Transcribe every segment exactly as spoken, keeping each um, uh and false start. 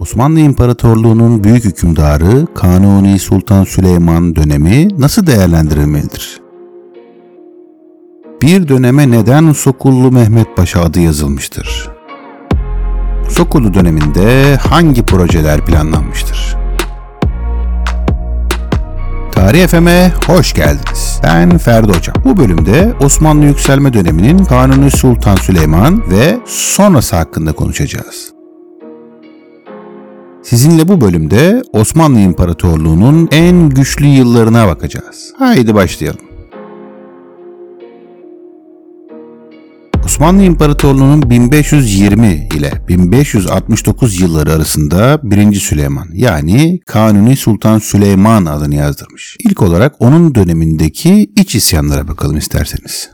Osmanlı İmparatorluğu'nun büyük hükümdarı Kanuni Sultan Süleyman dönemi nasıl değerlendirilmelidir? Bir döneme neden Sokullu Mehmet Paşa adı yazılmıştır? Sokullu döneminde hangi projeler planlanmıştır? Tarih F M'e hoş geldiniz. Ben Ferdi Hocam. Bu bölümde Osmanlı yükselme döneminin Kanuni Sultan Süleyman ve sonrası hakkında konuşacağız. Sizinle bu bölümde Osmanlı İmparatorluğu'nun en güçlü yıllarına bakacağız. Haydi başlayalım. Osmanlı İmparatorluğu'nun bin beş yüz yirmi ile bin beş yüz altmış dokuz yılları arasında birinci Süleyman yani Kanuni Sultan Süleyman adını yazdırmış. İlk olarak onun dönemindeki iç isyanlara bakalım isterseniz.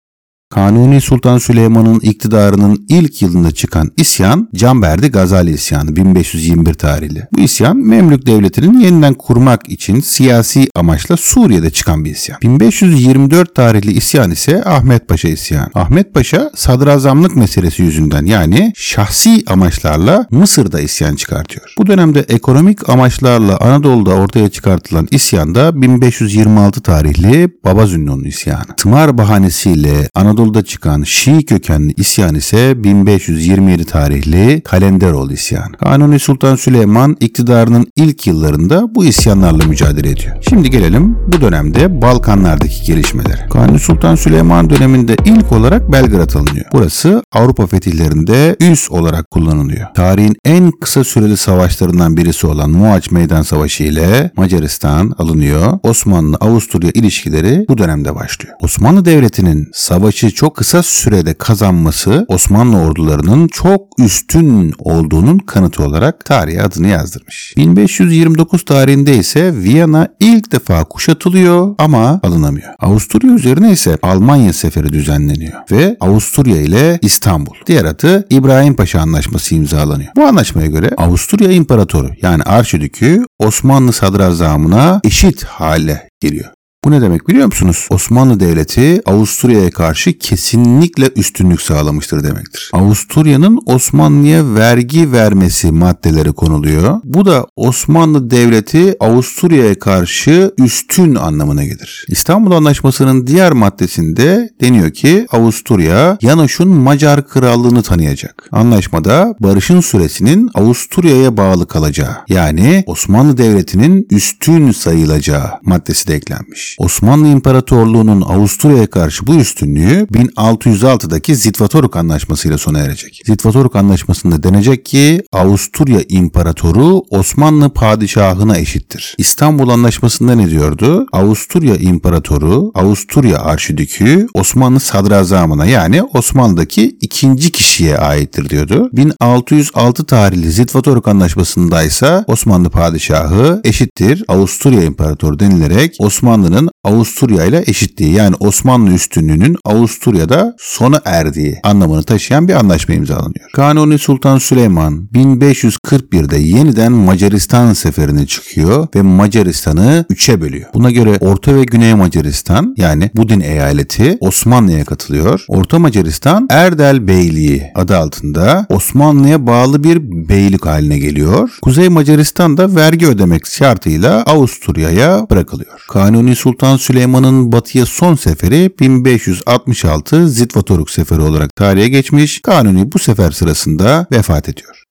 Kanuni Sultan Süleyman'ın iktidarının ilk yılında çıkan isyan Canberdi Gazali isyanı bin beş yüz yirmi bir tarihli. Bu isyan Memlük Devleti'nin yeniden kurmak için siyasi amaçla Suriye'de çıkan bir isyan. bin beş yüz yirmi dört tarihli isyan ise Ahmet Paşa isyanı. Ahmet Paşa sadrazamlık meselesi yüzünden yani şahsi amaçlarla Mısır'da isyan çıkartıyor. Bu dönemde ekonomik amaçlarla Anadolu'da ortaya çıkartılan isyan da bin beş yüz yirmi altı tarihli Baba Zünnun'un isyanı. Tımar bahanesiyle Anadolu Anadolu'da çıkan Şii kökenli isyan ise bin beş yüz yirmi yedi tarihli Kalenderoğlu isyanı. Kanuni Sultan Süleyman iktidarının ilk yıllarında bu isyanlarla mücadele ediyor. Şimdi gelelim bu dönemde Balkanlardaki gelişmelere. Kanuni Sultan Süleyman döneminde ilk olarak Belgrad alınıyor. Burası Avrupa fetihlerinde üs olarak kullanılıyor. Tarihin en kısa süreli savaşlarından birisi olan Mohaç Meydan Savaşı ile Macaristan alınıyor. Osmanlı-Avusturya ilişkileri bu dönemde başlıyor. Osmanlı Devleti'nin savaşı çok kısa sürede kazanması Osmanlı ordularının çok üstün olduğunun kanıtı olarak tarihe adını yazdırmış. bin beş yüz yirmi dokuz tarihinde ise Viyana ilk defa kuşatılıyor ama alınamıyor. Avusturya üzerine ise Almanya seferi düzenleniyor ve Avusturya ile İstanbul, diğer adı İbrahim Paşa Anlaşması imzalanıyor. Bu anlaşmaya göre Avusturya İmparatoru yani Arşidükü Osmanlı sadrazamına eşit hale geliyor. Bu ne demek biliyor musunuz? Osmanlı Devleti Avusturya'ya karşı kesinlikle üstünlük sağlamıştır demektir. Avusturya'nın Osmanlı'ya vergi vermesi maddeleri konuluyor. Bu da Osmanlı Devleti Avusturya'ya karşı üstün anlamına gelir. İstanbul Anlaşması'nın diğer maddesinde deniyor ki Avusturya Yanoş'un Macar Krallığını tanıyacak. Anlaşmada barışın süresinin Avusturya'ya bağlı kalacağı yani Osmanlı Devleti'nin üstün sayılacağı maddesi de eklenmiş. Osmanlı İmparatorluğu'nun Avusturya'ya karşı bu üstünlüğü bin altı yüz altıdaki Zitvatoruk Anlaşması ile sona erecek. Zitvatoruk Anlaşması'nda denecek ki Avusturya İmparatoru Osmanlı Padişahına eşittir. İstanbul Anlaşması'nda ne diyordu? Avusturya İmparatoru, Avusturya Arşidükü Osmanlı Sadrazamına yani Osmanlı'daki ikinci kişiye aittir diyordu. bin altı yüz altı tarihli Zitvatoruk Anlaşması'nda ise Osmanlı Padişahı eşittir Avusturya İmparatoru denilerek Osmanlı'nın Avusturya ile eşitliği yani Osmanlı üstünlüğünün Avusturya'da sona erdiği anlamını taşıyan bir anlaşma imzalanıyor. Kanuni Sultan Süleyman bin beş yüz kırk birde yeniden Macaristan seferine çıkıyor ve Macaristan'ı üçe bölüyor. Buna göre Orta ve Güney Macaristan yani Budin eyaleti Osmanlı'ya katılıyor. Orta Macaristan Erdel Beyliği adı altında Osmanlı'ya bağlı bir beylik haline geliyor. Kuzey Macaristan da vergi ödemek şartıyla Avusturya'ya bırakılıyor. Kanuni Sultan Süleyman'ın batıya son seferi bin beş yüz altmış altı Zitvatoruk Seferi olarak tarihe geçmiş. Kanuni bu sefer sırasında vefat ediyor.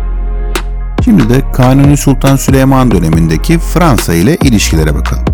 Şimdi de Kanuni Sultan Süleyman dönemindeki Fransa ile ilişkilere bakalım.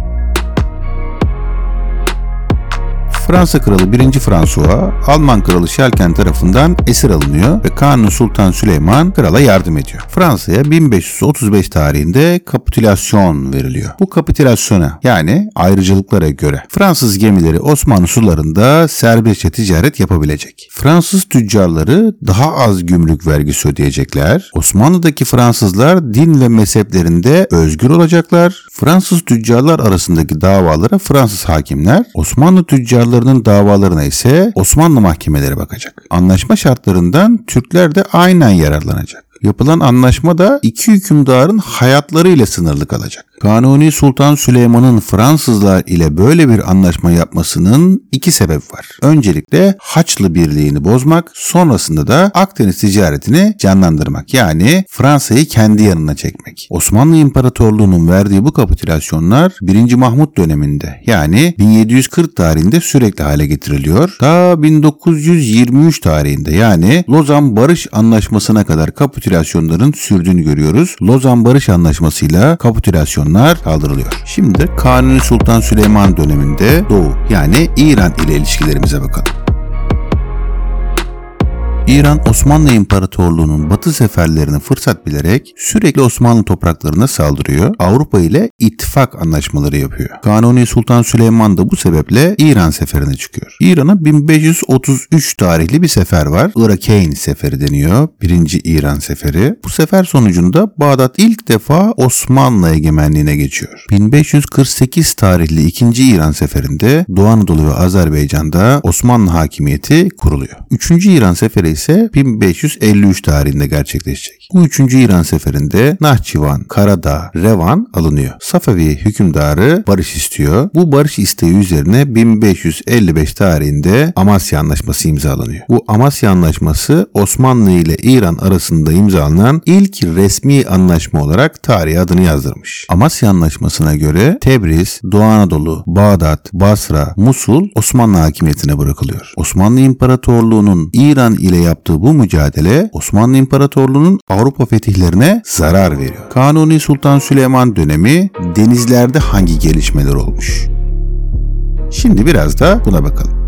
Fransa Kralı birinci François, Alman Kralı Şerken tarafından esir alınıyor ve Kanuni Sultan Süleyman krala yardım ediyor. Fransa'ya bin beş yüz otuz beş tarihinde kapitülasyon veriliyor. Bu kapitülasyona yani ayrıcalıklara göre Fransız gemileri Osmanlı sularında serbestçe ticaret yapabilecek. Fransız tüccarları daha az gümrük vergisi ödeyecekler. Osmanlı'daki Fransızlar din ve mezheplerinde özgür olacaklar. Fransız tüccarlar arasındaki davalara Fransız hakimler, Osmanlı tüccarlarının davalarına ise Osmanlı mahkemeleri bakacak. Anlaşma şartlarından Türkler de aynen yararlanacak. Yapılan anlaşma da iki hükümdarın hayatlarıyla sınırlı kalacak. Kanuni Sultan Süleyman'ın Fransızlar ile böyle bir anlaşma yapmasının iki sebep var. Öncelikle Haçlı Birliği'ni bozmak, sonrasında da Akdeniz ticaretini canlandırmak, yani Fransa'yı kendi yanına çekmek. Osmanlı İmparatorluğu'nun verdiği bu kapitülasyonlar birinci. Mahmut döneminde, yani bin yedi yüz kırk tarihinde sürekli hale getiriliyor. Ta bin dokuz yüz yirmi üç tarihinde, yani Lozan Barış Anlaşması'na kadar kapitülasyonların sürdüğünü görüyoruz. Lozan Barış Anlaşması'yla kapitülasyonlar kaldırılıyor. Şimdi Kanuni Sultan Süleyman döneminde Doğu, yani İran ile ilişkilerimize bakalım. İran, Osmanlı İmparatorluğu'nun batı seferlerini fırsat bilerek sürekli Osmanlı topraklarına saldırıyor. Avrupa ile ittifak anlaşmaları yapıyor. Kanuni Sultan Süleyman da bu sebeple İran seferine çıkıyor. İran'a bin beş yüz otuz üç tarihli bir sefer var. Irakayn Seferi deniyor. Birinci İran Seferi. Bu sefer sonucunda Bağdat ilk defa Osmanlı egemenliğine geçiyor. bin beş yüz kırk sekiz tarihli ikinci İran Seferi'nde Doğu Anadolu ve Azerbaycan'da Osmanlı hakimiyeti kuruluyor. Üçüncü İran Seferi ise bin beş yüz elli üç tarihinde gerçekleşecek. Bu üçüncü İran seferinde Nahçıvan, Karadağ, Revan alınıyor. Safevi hükümdarı barış istiyor. Bu barış isteği üzerine bin beş yüz elli beş tarihinde Amasya Anlaşması imzalanıyor. Bu Amasya Anlaşması Osmanlı ile İran arasında imzalanan ilk resmi anlaşma olarak tarihe adını yazdırmış. Amasya Anlaşması'na göre Tebriz, Doğu Anadolu, Bağdat, Basra, Musul Osmanlı hakimiyetine bırakılıyor. Osmanlı İmparatorluğu'nun İran ile yaptığı bu mücadele Osmanlı İmparatorluğu'nun Avrupa fetihlerine zarar veriyor. Kanuni Sultan Süleyman dönemi denizlerde hangi gelişmeler olmuş? Şimdi biraz da buna bakalım.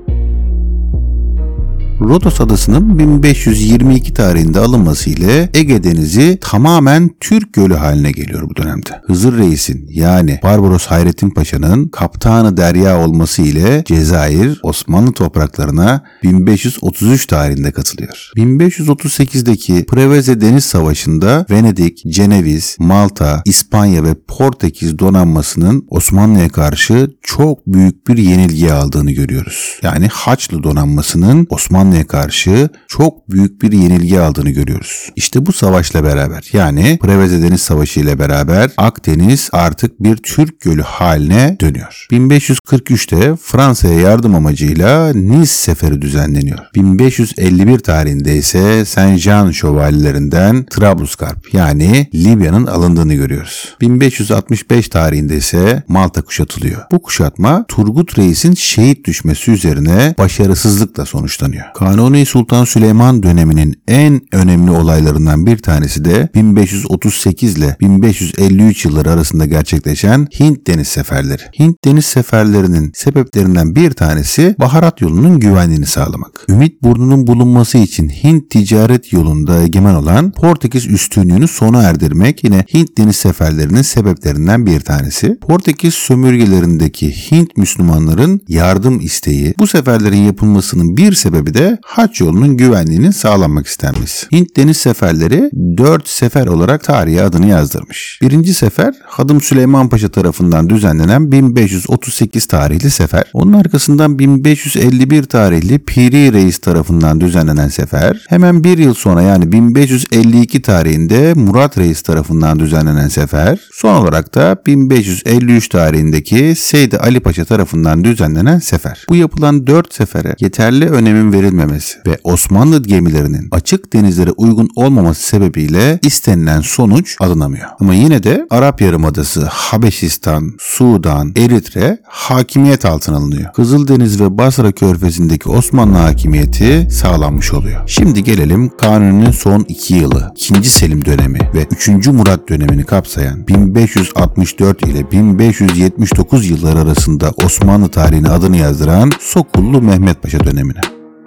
Rodos adasının bin beş yüz yirmi iki tarihinde alınması ile Ege Denizi tamamen Türk Gölü haline geliyor bu dönemde. Hızır Reis'in, yani Barbaros Hayrettin Paşa'nın kaptanı derya olması ile Cezayir Osmanlı topraklarına bin beş yüz otuz üç tarihinde katılıyor. bin beş yüz otuz sekizdeki Preveze Deniz Savaşı'nda Venedik, Ceneviz, Malta, İspanya ve Portekiz donanmasının Osmanlı'ya karşı çok büyük bir yenilgi aldığını görüyoruz. Yani Haçlı donanmasının Osmanlı Osmanlı'ya karşı çok büyük bir yenilgi aldığını görüyoruz. İşte bu savaşla beraber, yani Preveze Deniz Savaşı ile beraber Akdeniz artık bir Türk Gölü haline dönüyor. bin beş yüz kırk üçte Fransa'ya yardım amacıyla Nice Seferi düzenleniyor. bin beş yüz elli bir tarihinde ise Saint Jean şövalyelerinden Trablusgarp, yani Libya'nın alındığını görüyoruz. bin beş yüz altmış beş tarihinde ise Malta kuşatılıyor. Bu kuşatma Turgut Reis'in şehit düşmesi üzerine başarısızlıkla sonuçlanıyor. Kanuni Sultan Süleyman döneminin en önemli olaylarından bir tanesi de bin beş yüz otuz sekiz ile bin beş yüz elli üç yılları arasında gerçekleşen Hint deniz seferleri. Hint deniz seferlerinin sebeplerinden bir tanesi baharat yolunun güvenliğini sağlamak. Ümit Burnu'nun bulunması için Hint ticaret yolunda egemen olan Portekiz üstünlüğünü sona erdirmek yine Hint deniz seferlerinin sebeplerinden bir tanesi. Portekiz sömürgelerindeki Hint Müslümanların yardım isteği, bu seferlerin yapılmasının bir sebebi de haç yolunun güvenliğinin sağlanmak istenmesi. Hint deniz seferleri dört sefer olarak tarihe adını yazdırmış. Birinci sefer Hadım Süleyman Paşa tarafından düzenlenen bin beş yüz otuz sekiz tarihli sefer. Onun arkasından bin beş yüz elli bir tarihli Piri Reis tarafından düzenlenen sefer. Hemen bir yıl sonra, yani bin beş yüz elli iki tarihinde Murat Reis tarafından düzenlenen sefer. Son olarak da bin beş yüz elli üç tarihindeki Seydi Ali Paşa tarafından düzenlenen sefer. Bu yapılan dört sefere yeterli önemin verilmemesi ve Osmanlı gemilerinin açık denizlere uygun olmaması sebebiyle istenilen sonuç alınamıyor. Ama yine de Arap Yarımadası, Habeşistan, Sudan, Eritre hakimiyet altına alınıyor. Kızıldeniz ve Basra Körfezi'ndeki Osmanlı hakimiyeti sağlanmış oluyor. Şimdi gelelim Kanuni'nin son iki yılı, ikinci Selim dönemi ve üçüncü Murat dönemini kapsayan bin beş yüz altmış dört ile bin beş yüz yetmiş dokuz yılları arasında Osmanlı tarihine adını yazdıran Sokullu Mehmet Paşa dönemine.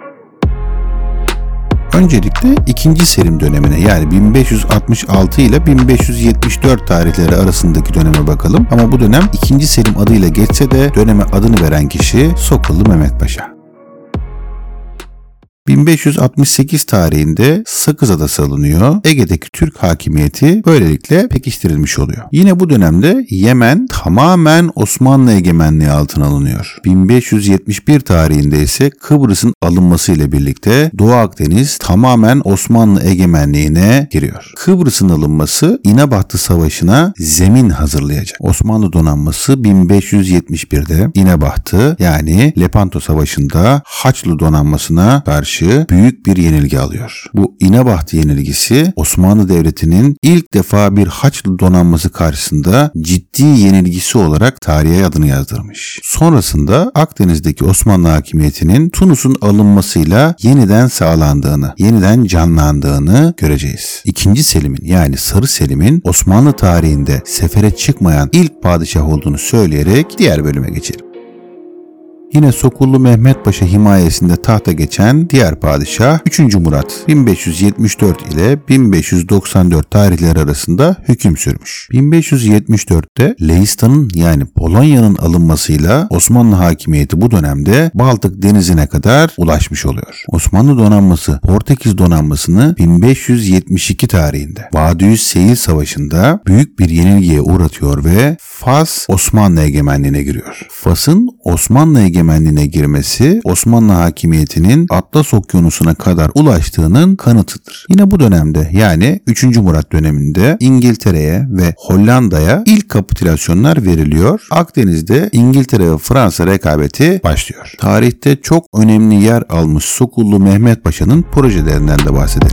Öncelikle ikinci Selim dönemine, yani bin beş yüz altmış altı ile bin beş yüz yetmiş dört tarihleri arasındaki döneme bakalım. Ama bu dönem ikinci Selim adıyla geçse de döneme adını veren kişi Sokullu Mehmet Paşa. bin beş yüz altmış sekiz tarihinde Sakız Adası alınıyor. Ege'deki Türk hakimiyeti böylelikle pekiştirilmiş oluyor. Yine bu dönemde Yemen tamamen Osmanlı egemenliği altına alınıyor. bin beş yüz yetmiş bir tarihinde ise Kıbrıs'ın alınması ile birlikte Doğu Akdeniz tamamen Osmanlı egemenliğine giriyor. Kıbrıs'ın alınması İnebahçı Savaşı'na zemin hazırlayacak. Osmanlı donanması bin beş yüz yetmiş birde İnebahçı yani Lepanto Savaşı'nda Haçlı donanmasına karşı büyük bir yenilgi alıyor. Bu İnebahçı yenilgisi Osmanlı Devleti'nin ilk defa bir Haçlı donanması karşısında ciddi yenilgisi olarak tarihe adını yazdırmış. Sonrasında Akdeniz'deki Osmanlı hakimiyetinin Tunus'un alınmasıyla yeniden sağlandığını, yeniden canlandığını göreceğiz. İkinci Selim'in yani Sarı Selim'in Osmanlı tarihinde sefere çıkmayan ilk padişah olduğunu söyleyerek diğer bölüme geçelim. Yine Sokullu Mehmet Paşa himayesinde tahta geçen diğer padişah üçüncü Murat bin beş yüz yetmiş dört ile bin beş yüz doksan dört tarihleri arasında hüküm sürmüş. bin beş yüz yetmiş dörtte Leistan'ın yani Polonya'nın alınmasıyla Osmanlı hakimiyeti bu dönemde Baltık Denizi'ne kadar ulaşmış oluyor. Osmanlı donanması Portekiz donanmasını bin beş yüz yetmiş iki tarihinde Badiüz Seyil Savaşı'nda büyük bir yenilgiye uğratıyor ve Fas Osmanlı egemenliğine giriyor. Fas'ın Osmanlı egemenliğine girmesi Osmanlı hakimiyetinin Atlas Okyanusu'na kadar ulaştığının kanıtıdır. Yine bu dönemde yani üçüncü Murat döneminde İngiltere'ye ve Hollanda'ya ilk kapitülasyonlar veriliyor. Akdeniz'de İngiltere ve Fransa rekabeti başlıyor. Tarihte çok önemli yer almış Sokullu Mehmet Paşa'nın projelerinden de bahsedelim.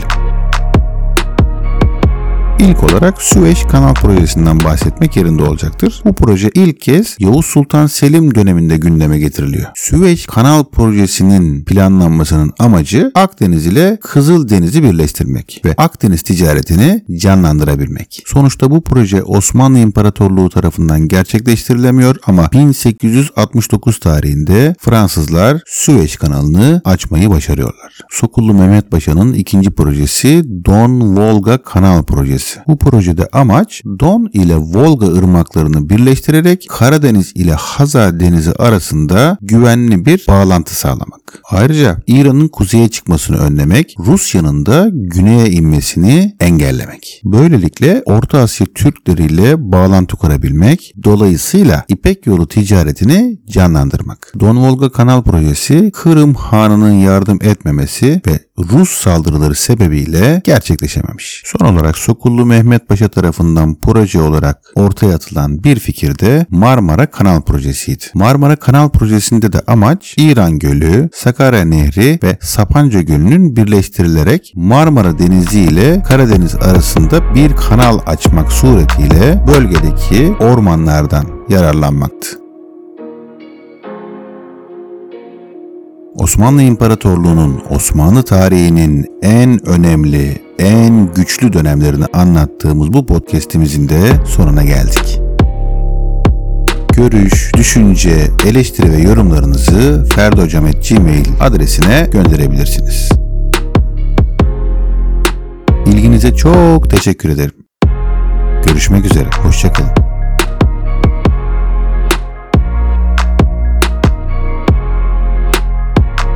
İlk olarak Süveyş Kanal Projesi'nden bahsetmek yerinde olacaktır. Bu proje ilk kez Yavuz Sultan Selim döneminde gündeme getiriliyor. Süveyş Kanal Projesi'nin planlanmasının amacı Akdeniz ile Kızıldeniz'i birleştirmek ve Akdeniz ticaretini canlandırabilmek. Sonuçta bu proje Osmanlı İmparatorluğu tarafından gerçekleştirilemiyor ama bin sekiz yüz altmış dokuz tarihinde Fransızlar Süveyş Kanalı'nı açmayı başarıyorlar. Sokullu Mehmet Paşa'nın ikinci projesi Don-Volga Kanal Projesi. Bu projede amaç Don ile Volga ırmaklarını birleştirerek Karadeniz ile Hazar Denizi arasında güvenli bir bağlantı sağlamak. Ayrıca İran'ın kuzeye çıkmasını önlemek, Rusya'nın da güneye inmesini engellemek. Böylelikle Orta Asya Türkleriyle bağlantı kurabilmek, dolayısıyla İpek Yolu ticaretini canlandırmak. Don-Volga Kanal Projesi, Kırım Hanı'nın yardım etmemesi ve Rus saldırıları sebebiyle gerçekleşememiş. Son olarak Sokullu Mehmet Paşa tarafından proje olarak ortaya atılan bir fikir de Marmara Kanal Projesi'ydi. Marmara Kanal Projesi'nde de amaç İran Gölü, Sakarya Nehri ve Sapanca Gölü'nün birleştirilerek Marmara Denizi ile Karadeniz arasında bir kanal açmak suretiyle bölgedeki ormanlardan yararlanmaktı. Osmanlı İmparatorluğu'nun Osmanlı tarihinin en önemli, en güçlü dönemlerini anlattığımız bu podcast'imizin de sonuna geldik. Görüş, düşünce, eleştiri ve yorumlarınızı ferdihocam at gmail adresine gönderebilirsiniz. İlginize çok teşekkür ederim. Görüşmek üzere, hoşça kalın.